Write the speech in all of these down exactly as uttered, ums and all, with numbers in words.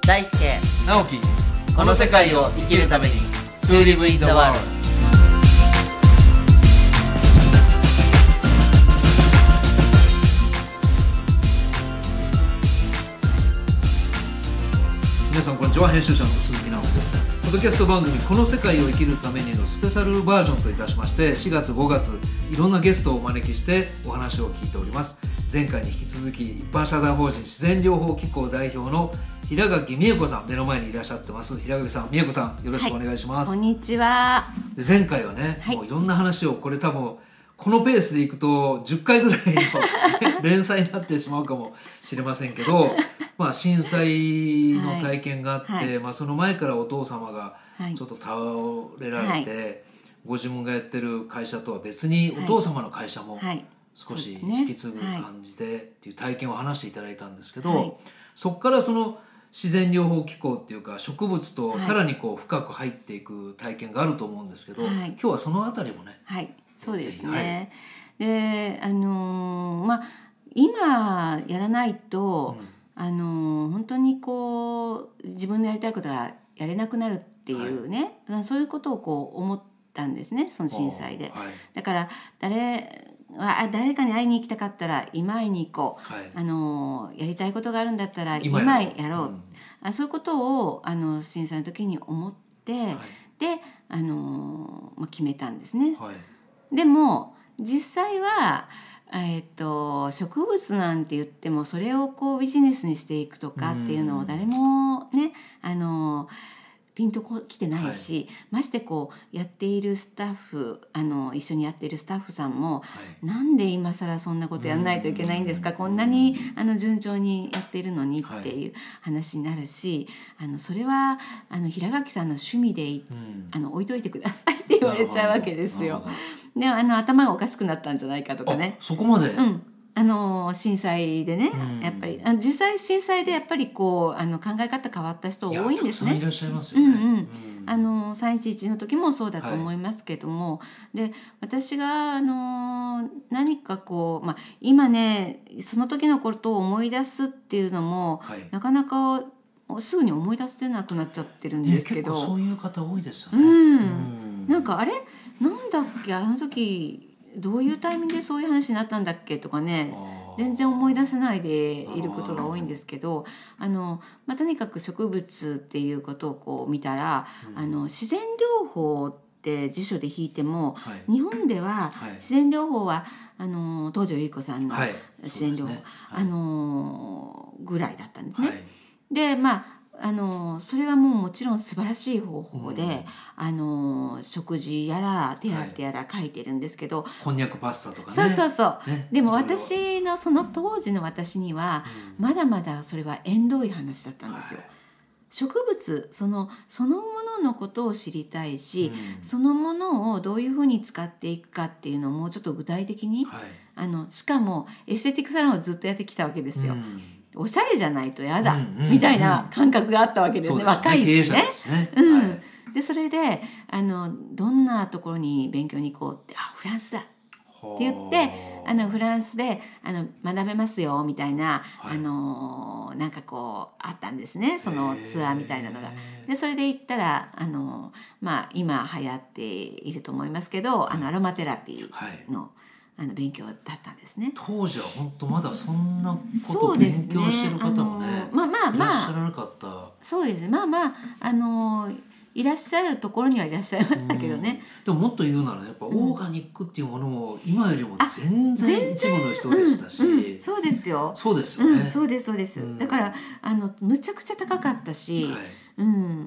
大輔直樹、 この世界を生きるために To live in the world。 皆さんこんにちは。編集者の鈴木直樹です。ポッドキャスト番組この世界を生きるためにのスペシャルバージョンといたしまして、しがつごがついろんなゲストをお招きしてお話を聞いております。前回に引き続き一般社団法人自然療法機構代表の平垣美恵子さん、目の前にいらっしゃってます。平垣さん、美恵子さん、よろしくお願いします。 はい、こんにちは。 で前回はね、 はい、 もういろんな話を、これ多分このペースでいくとじゅっかいぐらいの連載になってしまうかもしれませんけど、まあ、震災の体験があって、はいはい、まあ、その前からお父様がちょっと倒れられて、はい、ご自分がやってる会社とは別にお父様の会社も少し引き継ぐ感じでっていう体験を話していただいたんですけど、はい、そこからその自然療法機構っていうか植物とさらにこう深く入っていく体験があると思うんですけど、はい、今日はそのあたりもね、 はい、そうですね、はい、であのー、まあ今やらないと、うん、あのー、本当にこう自分のやりたいことがやれなくなるっていうね、はい、そういうことをこう思ったんですね、その震災で、はい、だから誰あ誰かに会いに行きたかったら今会いに行こう、はい、あのやりたいことがあるんだったら今やろう、うん、あそういうことをあの震災の時に思って、はい、であの、まあ、決めたんですね、はい、でも実際は、えー、と植物なんて言ってもそれをこうビジネスにしていくとかっていうのを誰もねあのピンときてないし、はい、ましてこうやっているスタッフあの一緒にやっているスタッフさんも、はい、なんで今更そんなことやらないといけないんですか、こんなにあの順調にやっているのにっていう話になるし、はい、あのそれはあの平垣さんの趣味で、うん、あの置いといてくださいって言われちゃうわけですよ。であの頭がおかしくなったんじゃないかとかね、 そこまで、 うんあの震災でね、うん、やっぱりあ実際震災でやっぱりこうあの考え方変わった人多いんですね。 いやたくさんいらっしゃいますよね。うんうん、 あのさんいちいちの時もそうだと思いますけども、はい、で私があの何かこう、まあ、今ねその時のことを思い出すっていうのも、はい、なかなかすぐに思い出せなくなっちゃってるんですけど、 結構そういう方多いですよね。 うんうん、なんかあれなんだっけあの時どういうタイミングでそういう話になったんだっけとかね、全然思い出せないでいることが多いんですけど、あの、まあ、とにかく植物っていうことをこう見たら、うん、あの自然療法って辞書で引いても、はい、日本では自然療法はあの東條ゆい子さんの自然療法、はいねはい、あのぐらいだったんですね。はい、でまああのそれはもうもちろん素晴らしい方法で、うん、あの食事やら手当やら書いてるんですけど、はい、 こんにゃくパスタとかね、 そうそうそう、ね、でも私のその当時の私には、うん、まだまだそれは縁遠い話だったんですよ、はい、植物そのそのもののことを知りたいし、うん、そのものをどういうふうに使っていくかっていうのをもうちょっと具体的に、はい、あのしかもエステティックサロンをずっとやってきたわけですよ、うん、おしゃれじゃないとやだ、うんうん、みたいな感覚があったわけですね、うん、若いしね、ね、うんはい、でそれであのどんなところに勉強に行こうって、あフランスだって言ってあのフランスであの学べますよみたいな、はい、あのなんかこうあったんですね、そのツアーみたいなのが。でそれで行ったらあの、まあ、今流行っていると思いますけど、はい、あのアロマテラピーの、はいあの勉強だったんですね。 当時は本当まだそんなことを勉強してる方もね、 まあまあまあいらっしゃらなかった。 そうですね。まあまああのいらっしゃるところにはいらっしゃいましたけどね。 でももっと言うならやっぱオーガニックっていうものも今よりも全然一部の人でしたし、 うんうん、そうですよ。 そうですよね。 うん、そうですそうです。うん、だからあのむちゃくちゃ高かったし。はいうん、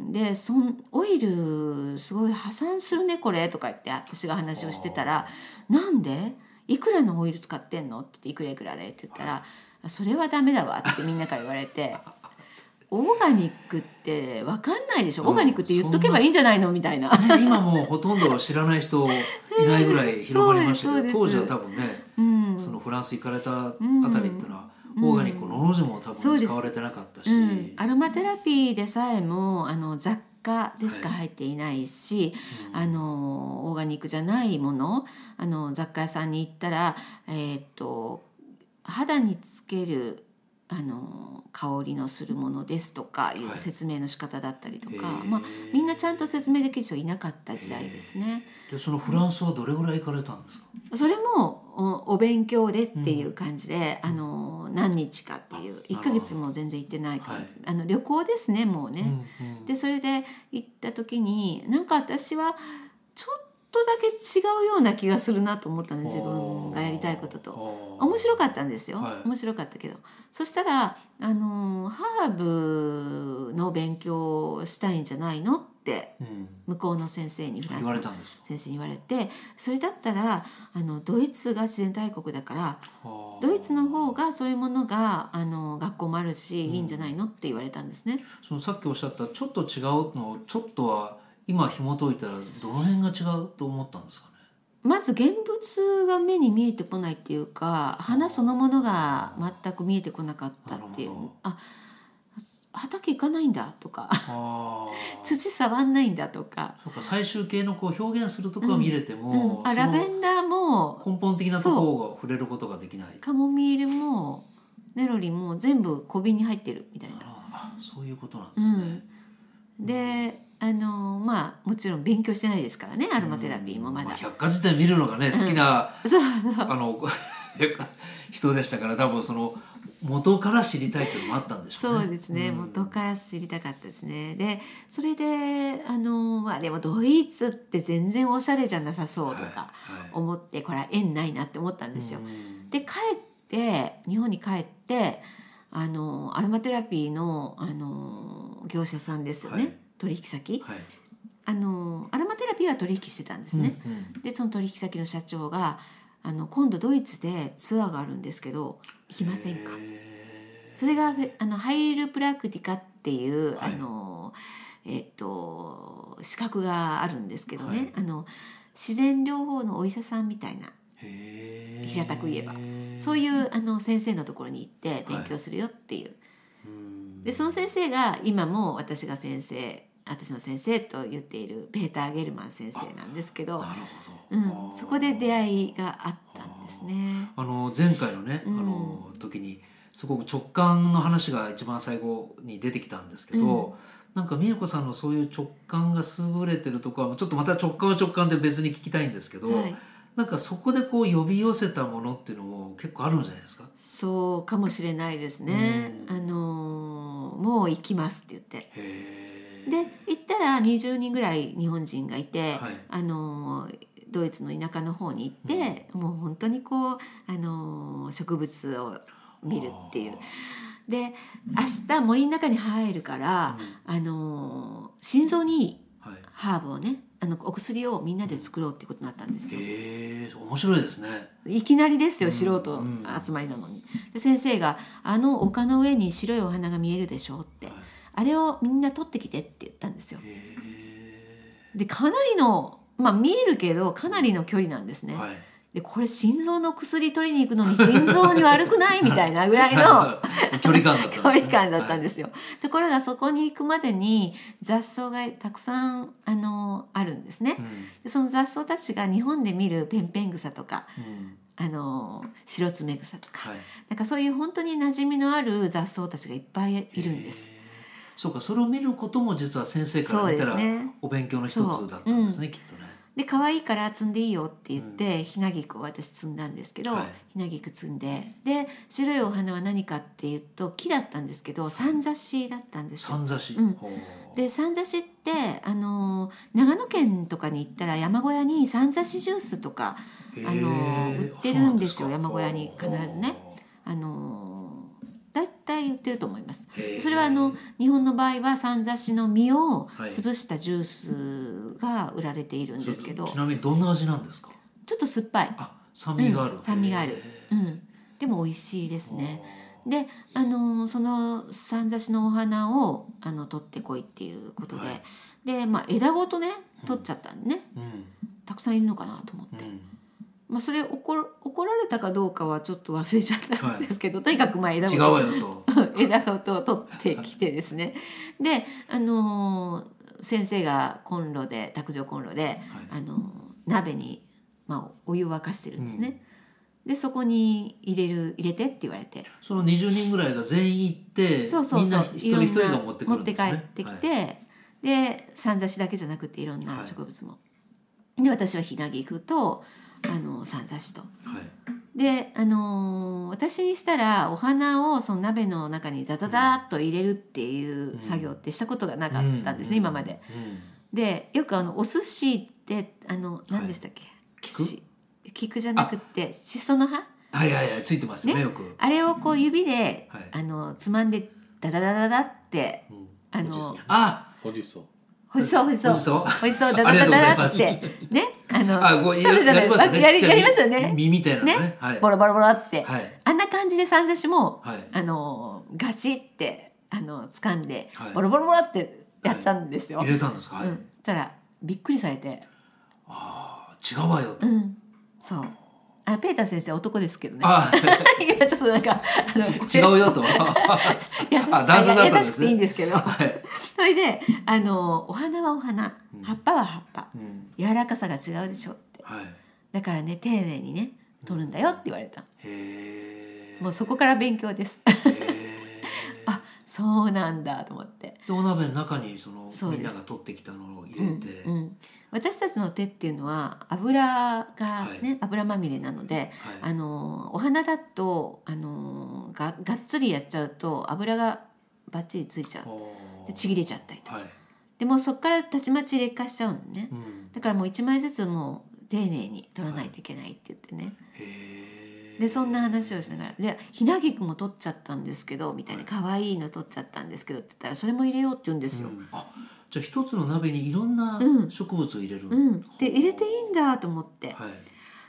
でそんオイルすごい破産するねこれとか言って私が話をしてたら、なんでいくらのオイル使ってんのって言っていくらいくらでって言ったら、はい、それはダメだわってみんなから言われてオーガニックって分かんないでしょ、オーガニックって言っとけばいいんじゃないのみたいな、 ね、今もうほとんど知らない人いないぐらい広まりましたけど当時は多分ね、うん、そのフランス行かれたあたりっていうのは、うんオーガニックのの字も多分使われてなかったし、うん、 アロマテラピーでさえもあの雑貨でしか入っていないし、はいうん、あのオーガニックじゃないものあの雑貨屋さんに行ったら、えー、っと肌につけるあの香りのするものですとかいう説明の仕方だったりとか、 はいまあ、みんなちゃんと説明できる人がいなかった時代ですね。 でそのフランスはどれぐらい行かれたんですか？ それも お, お勉強でっていう感じで、うん、あの何日かっていういっかげつも全然行ってない感じ、はい、あの旅行ですねもうね、うんうん、でそれで行った時になんか私はちょっとだけ違うような気がするなと思ったの、自分がやりたいことと。面白かったんですよ、はい、面白かったけど、そしたらあのハーブの勉強をしたいんじゃないのって向こうの先生に、フランスの先生に言われて、それだったらあのドイツが自然大国だからドイツの方がそういうものがあの学校もあるし、うん、いいんじゃないのって言われたんですね。 そのさっきおっしゃったちょっと違うのちょっとは今紐解いたらどの辺が違うと思ったんですかね？ まず現物が目に見えてこないっていうか、花そのものが全く見えてこなかったっていう、あ、畑行かないんだとか土触んないんだとか、 そうか、最終形のこう表現するとこは見れても、 うんうん、あラベンダーも根本的なところが触れることができない、 カモミールもネロリも全部小瓶に入ってるみたいな、 あ、そういうことなんですね、 うん、であのまあもちろん勉強してないですからね、アロマテラピーもまだ、まあ、 百科事典見るのがね好きな、 うん、そうあの人でしたから、多分その元から知りたいっていうのもあったんでしょうね。 そうですね、 うん、 元から知りたかったですね。でそれであの、まあ、でもドイツって全然おしゃれじゃなさそうとか思って、はいはい、これは縁ないなって思ったんですよ。うん、で帰って日本に帰ってあのアロマテラピーの、あの業者さんですよね、はい、取引先、はい、あのアロマテラピーは取引してたんですね、うんうん、でその取引先の社長があの今度ドイツでツアーがあるんですけど行きませんか。それがあのハイルプラクティカっていう、はい、あのえっと資格があるんですけどね、はい、あの自然療法のお医者さんみたいな、平たく言えばそういうあの先生のところに行って勉強するよっていう、はい、でその先生が今も私が先生私の先生と言っているペーター・ゲルマン先生なんですけど、 なるほど、 うん、そこで出会いがあったんですね。 あの前回のね、うん、あの時にすごく直感の話が一番最後に出てきたんですけど、うん、なんか美恵子さんのそういう直感が優れてるとこはちょっとまた直感は直感で別に聞きたいんですけど、はい、なんかそこでこう呼び寄せたものっていうのも結構あるんじゃないですか？ そうかもしれないですね、うん、あのもう行きますって言って、 へで行ったらにじゅうにんぐらい日本人がいて、はい、あのドイツの田舎の方に行って、うん、もう本当にこうあの植物を見るっていう。で明日森の中に入るから、うん、あの心臓にいいハーブをね、あのお薬をみんなで作ろうっていうことになったんですよ。 へー、面白いですね。 いきなりですよ、素人集まりなのに。で先生があの丘の上に白いお花が見えるでしょって、はい、あれをみんな取ってきてって言ったんですよ。でかなりの、まあ見えるけどかなりの距離なんですね、はい、でこれ心臓の薬取りに行くのに心臓に悪くないみたいなぐらいの距離感だったんですね。距離感だったんですよ、はい、ところがそこに行くまでに雑草がたくさんあのあるんですね、うん、でその雑草たちが日本で見るペンペン草とか、うん、あの白爪草とか、はい、なんかそういう本当に馴染みのある雑草たちがいっぱいいるんです。 そうか、それを見ることも実は先生から見たらお勉強の一つだったんですね、きっとね。 で可愛いから摘んでいいよって言って、うん、ひなぎくを私摘んだんですけど、はい、ひなぎく摘んで、で白いお花は何かっていうと木だったんですけどさんざしだったんですよ。 さんざし、 うん、でさんざしってあの長野県とかに行ったら山小屋にさんざしジュースとかあの売ってるんですよ。山小屋に必ずねあの大体売ってると思います。それはあの日本の場合はさんざしの実を潰したジュースが売られているんですけど、 はい、ちなみにどんな味なんですか？ ちょっと酸っぱい。 あ、酸味がある、うん、 酸味がある、うん、でも美味しいですね。であのそのさんざしのお花をあの取ってこいっていうことで、はい、で、まあ、枝ごとね取っちゃったんでね、うん、たくさんいるのかなと思って、うん、まあ、それ怒ら、怒られたかどうかはちょっと忘れちゃったんですけど、はい、とにかくまあ枝ごと違うよと枝ごと取ってきてですねで、あのー、先生がコンロで卓上コンロで、はい、あのー、鍋に、まあ、お湯を沸かしてるんですね、 でそこに入れる入れてって言われて、 そのにじゅうにんぐらいが全員行ってそうそうそう、 みんな一人一人が持ってくるんですね。 持って帰ってきて、はい、でさんざしだけじゃなくていろんな植物も、はい、で私はヒナギクとあのさんざしと、はい、で、あのー、私にしたらお花をその鍋の中にダダダッと入れるっていう作業ってしたことがなかったんですね、うん、今まで、うん、でよくあのお寿司ってあの何でしたっけ、はい、菊じゃなくてシソの葉、 はいはいはい、ついてますね、よくあれをこう指で、はい、あのつまんでダダダダダって、うん、あのあほじそほじそうほじそうほじそうほじそうダダダダダってね、あのあこうやりますよね、 やりやりますよね、 実みたいなね、 ね、はい、ボロボロボロって、 はい、 あんな感じでさんざしも、はい、あのガチってあの掴んで、はい、ボロボロボロってやっちゃうんですよ、 はい、入れたんですか、はい、 うん、そしたらびっくりされて、 あ違うわよと、 うん、そうあペーター先生男ですけどね今ちょっとなんかあの違うよと優しく優しくていいんですけど、はい、それであのお花はお花、葉っぱは葉っぱ、うん、柔らかさが違うでしょって、はい、だからね丁寧にね取るんだよって言われた、へもうそこから勉強ですあそうなんだと思って、 でお鍋の中にそのみんなが取ってきたのを入れて、 うんうん、私たちの手っていうのは油がね、はい、油まみれなので、はい、あのお花だとあの が, がっつりやっちゃうと油がバッチリついちゃうでちぎれちゃったりとか、はい、でもそこからたちまち劣化しちゃうのね、うん、だからもういちまいずつもう丁寧に取らないといけないって言ってね、はい、へでそんな話をしながらでひなぎくも取っちゃったんですけどみたいな、可愛いの取っちゃったんですけどって言ったらそれも入れようって言うんですよ、うん、あじゃあ一つの鍋にいろんな植物を入れる、 うんうん、で入れていいんだと思って、はい、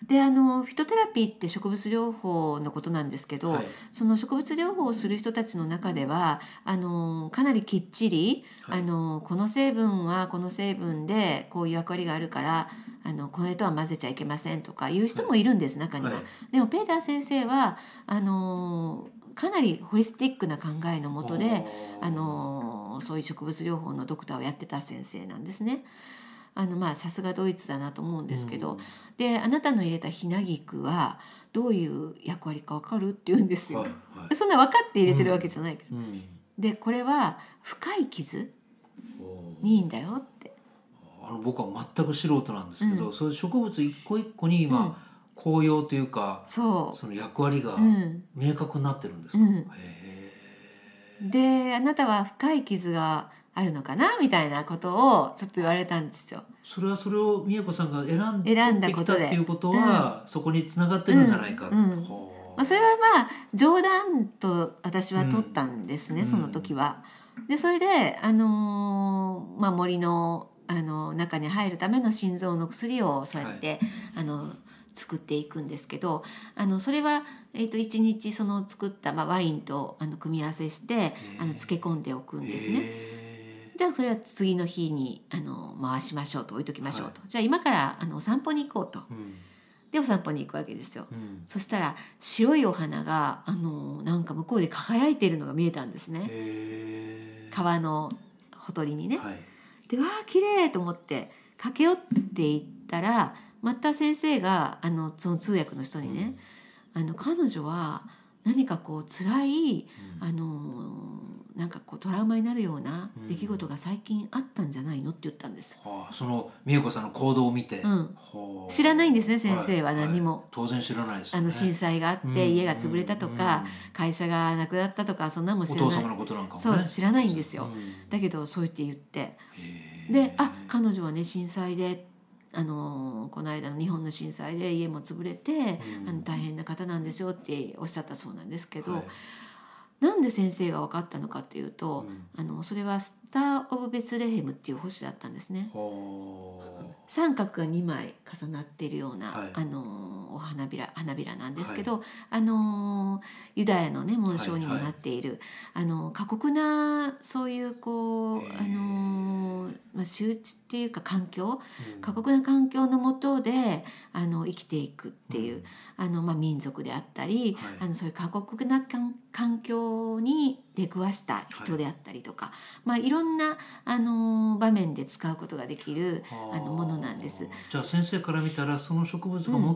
であのフィトテラピーって植物療法のことなんですけど、はい、その植物療法をする人たちの中ではあのかなりきっちり、はい、あのこの成分はこの成分でこういう役割があるからあのこれとは混ぜちゃいけませんとかいう人もいるんです、はい、中には、はい、でもペーター先生はあのかなりホリスティックな考えのもとであのそういう植物療法のドクターをやってた先生なんですね。あのまあさすがドイツだなと思うんですけど、うん、であなたの入れたひなぎくはどういう役割か分かるって言うんですよ、はいはい、そんな分かって入れてるわけじゃないから、うんうん、でこれは深い傷にいいんだよって。 あの僕は全く素人なんですけど、うん、そういう植物一個一個に今、うん効用というか そ, その役割が明確になってるんですか、うんうん、へであなたは深い傷があるのかなみたいなことをちょっと言われたんですよ。 それはそれを美恵子さんが選んできたっていうことは、うん、そこにつながってるんじゃないか、うんうんまあ、それはまあ冗談と私は取ったんですね、うん、その時は。でそれで、あのーまあ、森の、あの中に入るための心臓の薬をそうやって、はい、あの作っていくんですけど、あのそれは、えー、といちにちその作った、まあ、ワインとあの組み合わせしてあの漬け込んでおくんですね。じゃあそれは次の日にあの回しましょうと置いときましょうと、はい、じゃあ今からあのお散歩に行こうと、うん、でお散歩に行くわけですよ、うん、そしたら白いお花があのなんか向こうで輝いているのが見えたんですね、川のほとりにね、はい、でわー綺麗と思って駆け寄っていったらまた先生があのその通訳の人にね、うん、あの彼女は何かこう辛い、うん、あのなんかこうトラウマになるような出来事が最近あったんじゃないのって言ったんです、 はあ、その美恵子さんの行動を見て、うんはあ、知らないんですね先生は何も、はいはい、 当然知らないですよね。 あの震災があって、うん、家が潰れたとか、うん、会社がなくなったとかそんなも知らない、 お父様のことなんかもねそう知らないんですよ、うん、だけどそう言って言ってであ彼女はね震災であのこの間の日本の震災で家も潰れて、うん、あの大変な方なんですよっておっしゃったそうなんですけど、はい、なんで先生が分かったのかっていうと、うん、あのそれはスター・オブ・ベツレヘムっていう星だったんですね。三角がにまい重なっているような、はい、あのお花びら花びらなんですけど、はい、あのユダヤのね紋章にもなっている、はいはい、あの過酷なそういうこうあの、まあ、仕打ちっていうか環境、うん、過酷な環境の下であの生きていくっていう、うん、あのまあ、民族であったり、はい、あのそういう過酷な環境に出くわした人であったりとか、はいまあ、いろんなあの場面で使うことができるあのものなんです。 じゃあ先生から見たらその植物が持ってるもの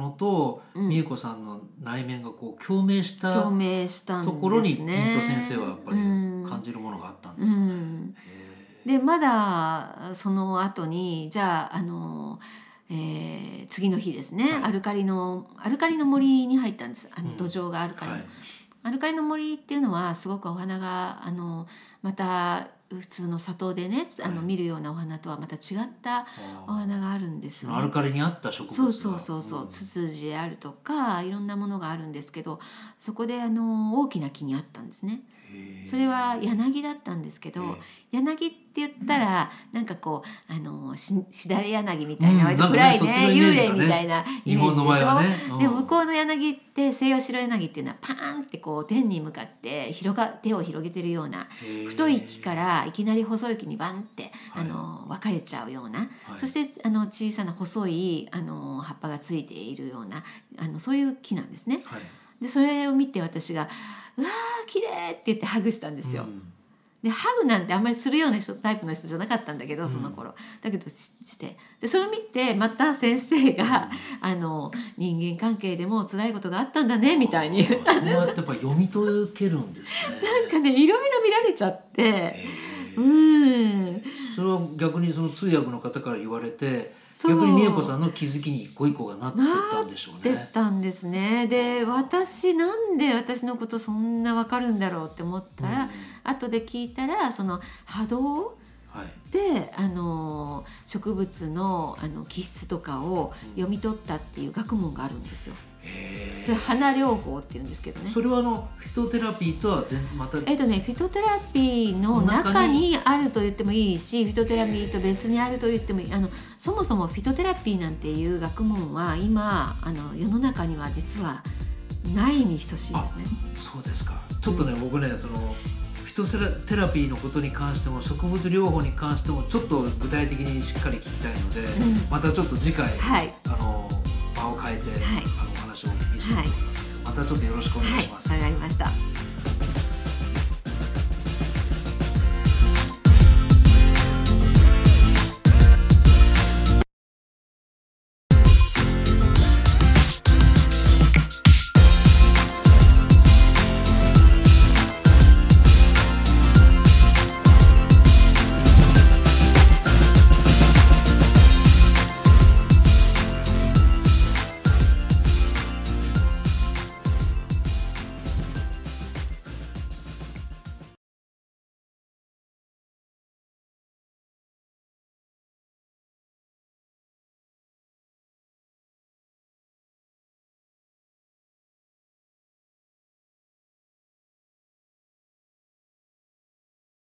のと、 うん美恵子さんの内面がこう共鳴した共鳴したんですね。 ところにピント先生はやっぱりうん感じるものがあったんでうすかね。 ん、でまだその後にじゃあ、あの、えー次の日ですね、 はいアルカリのアルカリの森に入ったんです。あうんの土壌がアルカリの、 はいアルカリの森っていうのはすごくお花があのまた普通の里でねあのはい見るようなお花とはまた違ったお花があるんですよね。 アルカリに合った植物がそうそうそうそう、 んツツジであるとかいろんなものがあるんですけど、そこであの大きな木にあったんですね。 へーそれは柳だったんですけど、 え柳って言ったらなんかこうあのししだれ柳みたいな、 うん割と暗いね、 なんかねそっちのイメー幽ジがね霊みたいなイ日メージでしょ。 本の場合はね、うんでも向こうの柳って西洋白柳っていうのはパーンってこう天に向かって広が手を広げてるようなへー太い木からいきなり細い木にバンって、 はいあの分かれちゃうような、 はいそしてあの小さな細いあの葉っぱがついているようなあのそういう木なんですね。 はいでそれを見て私が「うわー綺麗って言ってハグしたんですよ。 うんでハグなんてあんまりするような人タイプの人じゃなかったんだけどその頃、だけどししてでそれを見てまた先生が、あの人間関係でも辛いことがあったんだねみたいに言った。 そうやってやっぱ読み解けるんですね。 なんかねいろいろ見られちゃってへーうんそれは逆にその通訳の方から言われてそう逆に美恵子さんの気づきに一個一個がなってったんでしょう出ね。 たんですね。で私なんで私のことそんな分かるんだろうって思ったら、 うん後で聞いたらその波動はいであの植物のあの気質とかを読み取ったっていう学問があるんですよ。 へーそれ花療法っていうんですけどね。 それはあのフィトテラピーとは全またえっとね、フィトテラピーの中にあると言ってもいいしフィトテラピーと別にあると言ってもいい。あのそもそもフィトテラピーなんていう学問は今あの世の中には実はないに等しいですね。 そうですか。ちょっとね僕ねそのフィトテラピーのことに関しても植物療法に関してもちょっと具体的にしっかり聞きたいので、 うんまたちょっと次回、 はいあの場を変えて、 はいあのお話をお聞きしたいと思います、またちょっとよろしくお願いします。 はい、わかりました。